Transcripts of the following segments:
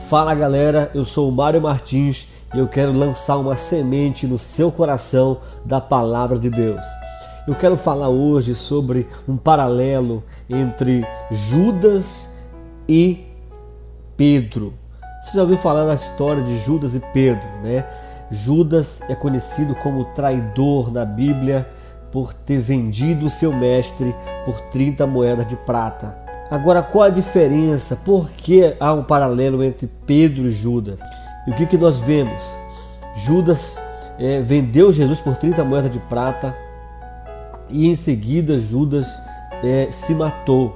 Fala galera, eu sou o Mário Martins e eu quero lançar uma semente no seu coração da Palavra de Deus. Eu quero falar hoje sobre um paralelo entre Judas e Pedro. Você já ouviu falar da história de Judas e Pedro, né? Judas é conhecido como traidor na Bíblia por ter vendido o seu mestre por 30 moedas de prata. Agora, qual a diferença? Por que há um paralelo entre Pedro e Judas? E o que nós vemos? Judas vendeu Jesus por 30 moedas de prata e em seguida Judas se matou.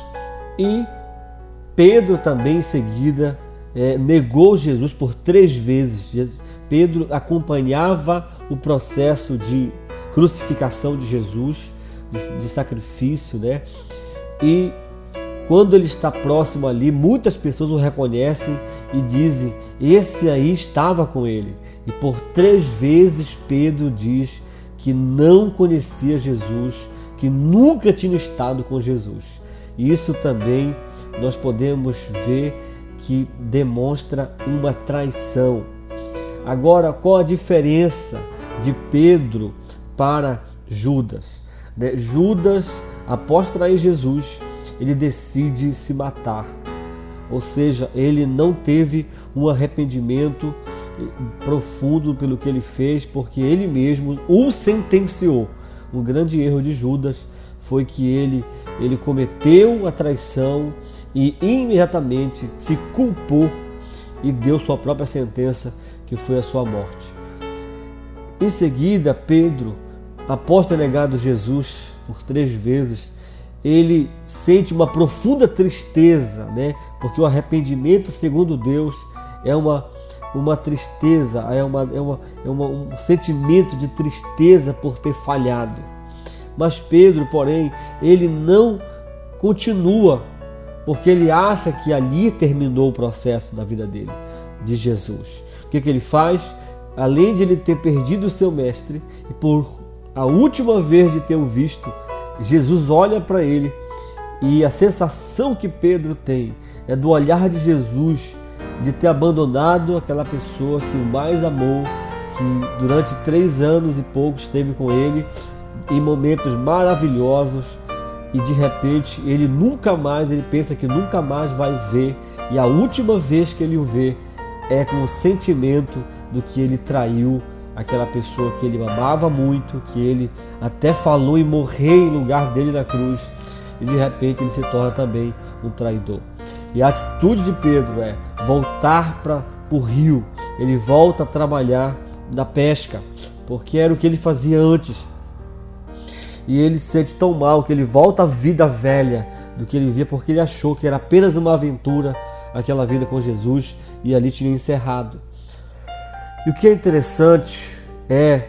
E Pedro também em seguida negou Jesus por 3 vezes. Pedro acompanhava o processo de crucificação de Jesus, de sacrifício, né? E quando ele está próximo ali, muitas pessoas o reconhecem e dizem: esse aí estava com ele. E por 3 vezes Pedro diz que não conhecia Jesus, que nunca tinha estado com Jesus. E isso também nós podemos ver que demonstra uma traição. Agora, qual a diferença de Pedro para Judas? Judas, após trair Jesus, ele decide se matar, ou seja, ele não teve um arrependimento profundo pelo que ele fez, porque ele mesmo o sentenciou. Um grande erro de Judas foi que ele cometeu a traição e imediatamente se culpou e deu sua própria sentença, que foi a sua morte. Em seguida, Pedro, após ter negado Jesus por 3 vezes, ele sente uma profunda tristeza, né? Porque o arrependimento, segundo Deus, é uma tristeza, um sentimento de tristeza por ter falhado. Mas Pedro, porém, ele não continua, porque ele acha que ali terminou o processo da vida dele, de Jesus. O que ele faz? Além de ele ter perdido o seu mestre, e por a última vez de ter o visto, Jesus olha para ele e a sensação que Pedro tem é do olhar de Jesus, de ter abandonado aquela pessoa que o mais amou, que durante 3 anos e pouco esteve com ele em momentos maravilhosos, e de repente ele pensa que nunca mais vai ver, e a última vez que ele o vê é com o sentimento do que ele traiu aquela pessoa que ele amava muito, que ele até falou em morrer em lugar dele na cruz, e de repente ele se torna também um traidor. E a atitude de Pedro é voltar para o rio. Ele volta a trabalhar na pesca, porque era o que ele fazia antes, e ele se sente tão mal que ele volta à vida velha do que ele via, porque ele achou que era apenas uma aventura aquela vida com Jesus, e ali tinha encerrado. E o que é interessante é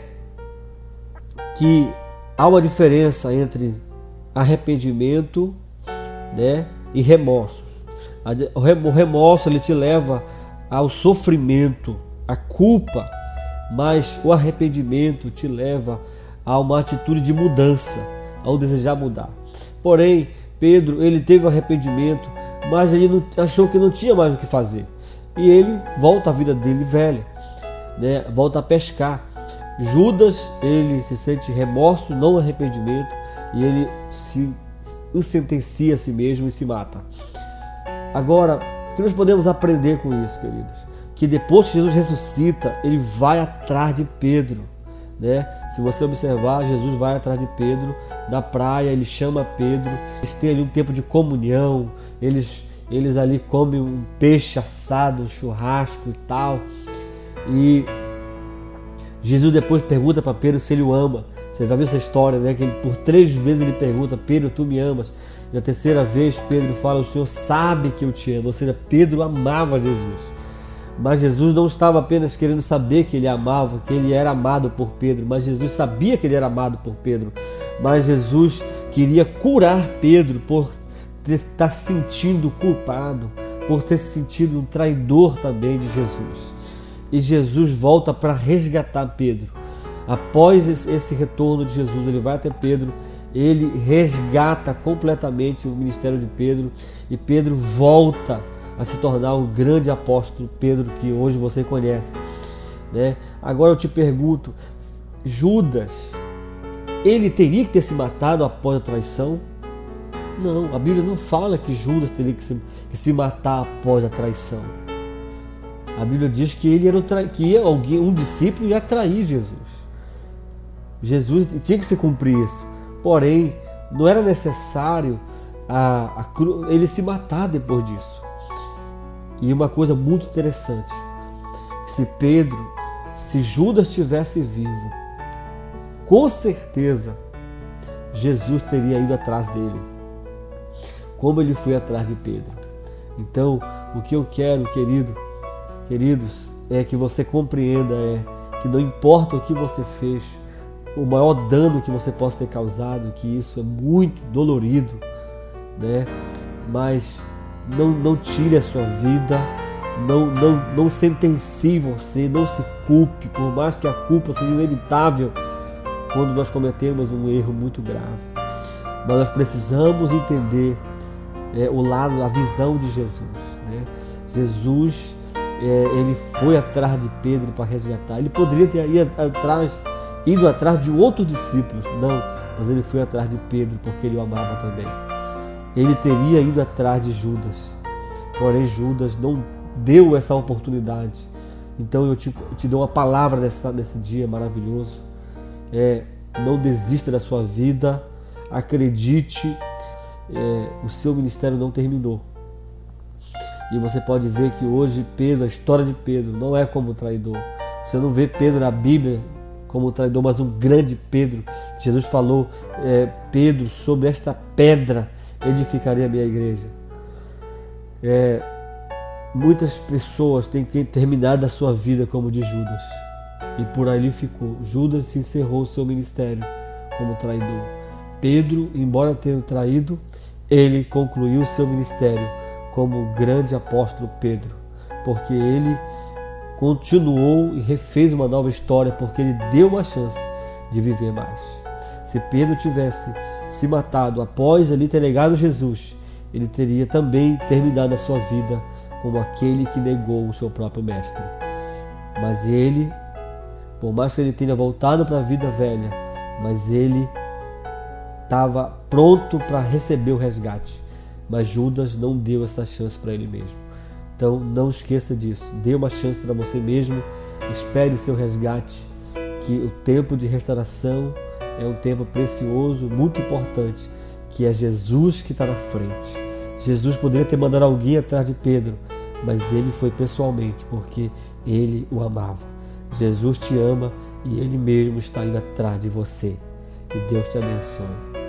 que há uma diferença entre arrependimento, né, e remorsos. O remorso ele te leva ao sofrimento, à culpa, mas o arrependimento te leva a uma atitude de mudança, ao desejar mudar. Porém, Pedro, ele teve arrependimento, mas ele achou que não tinha mais o que fazer. E ele volta à vida dele velha, né? Volta a pescar. Judas, ele se sente remorso, não arrependimento, e ele se sentencia a si mesmo e se mata. Agora, o que nós podemos aprender com isso, queridos? Que depois que Jesus ressuscita, ele vai atrás de Pedro, né? Se você observar, Jesus vai atrás de Pedro na praia, ele chama Pedro, eles têm ali um tempo de comunhão, eles ali comem um peixe assado, um churrasco e tal. E Jesus depois pergunta para Pedro se ele o ama. Você já viu essa história, né? Que ele, por 3 vezes ele pergunta: Pedro, tu me amas? E a 3ª vez Pedro fala: o Senhor sabe que eu te amo. Ou seja, Pedro amava Jesus. Mas Jesus não estava apenas querendo saber que ele amava, que ele era amado por Pedro, mas Jesus sabia que ele era amado por Pedro. Mas Jesus queria curar Pedro por estar se sentindo culpado, por ter se sentido um traidor também de Jesus. E Jesus volta para resgatar Pedro. Após esse retorno de Jesus, ele vai até Pedro, ele resgata completamente o ministério de Pedro, e Pedro volta a se tornar o grande apóstolo Pedro que hoje você conhece, né? Agora eu te pergunto, Judas, ele teria que ter se matado após a traição? Não, a Bíblia não fala que Judas teria que se matar após a traição. A Bíblia diz que ele era um discípulo ia trair Jesus. Jesus tinha que se cumprir isso. Porém, não era necessário ele se matar depois disso. E uma coisa muito interessante, se Judas estivesse vivo, com certeza Jesus teria ido atrás dele, como ele foi atrás de Pedro. Então, o que eu quero, queridos, é que você compreenda que não importa o que você fez, o maior dano que você possa ter causado, que isso é muito dolorido, né? Mas não tire a sua vida, não sentencie você, não se culpe, por mais que a culpa seja inevitável quando nós cometemos um erro muito grave. Mas nós precisamos entender a visão de Jesus, né? Jesus, ele foi atrás de Pedro para resgatar. Ele poderia ter ido atrás de outros discípulos, não, mas ele foi atrás de Pedro porque ele o amava também. Ele teria ido atrás de Judas, porém Judas não deu essa oportunidade. Então eu te dou uma palavra nesse dia maravilhoso. Não desista da sua vida, acredite, o seu ministério não terminou. E você pode ver que hoje a história de Pedro não é como traidor. Você não vê Pedro na Bíblia como traidor, mas um grande Pedro. Jesus falou, Pedro, sobre esta pedra edificarei a minha igreja. Muitas pessoas têm terminado a sua vida como de Judas, e por ali ficou. Judas se encerrou o seu ministério como traidor. Pedro, embora tenha traído, ele concluiu o seu ministério como o grande apóstolo Pedro, porque ele continuou e refez uma nova história, porque ele deu uma chance de viver mais. Se Pedro tivesse se matado após ele ter negado Jesus, ele teria também terminado a sua vida como aquele que negou o seu próprio mestre. Mas ele, por mais que ele tenha voltado para a vida velha, mas ele estava pronto para receber o resgate. Mas Judas não deu essa chance para ele mesmo. Então não esqueça disso. Dê uma chance para você mesmo. Espere o seu resgate, que o tempo de restauração é um tempo precioso, muito importante, que é Jesus que está na frente. Jesus poderia ter mandado alguém atrás de Pedro, mas ele foi pessoalmente, porque ele o amava. Jesus te ama e ele mesmo está indo atrás de você. Que Deus te abençoe.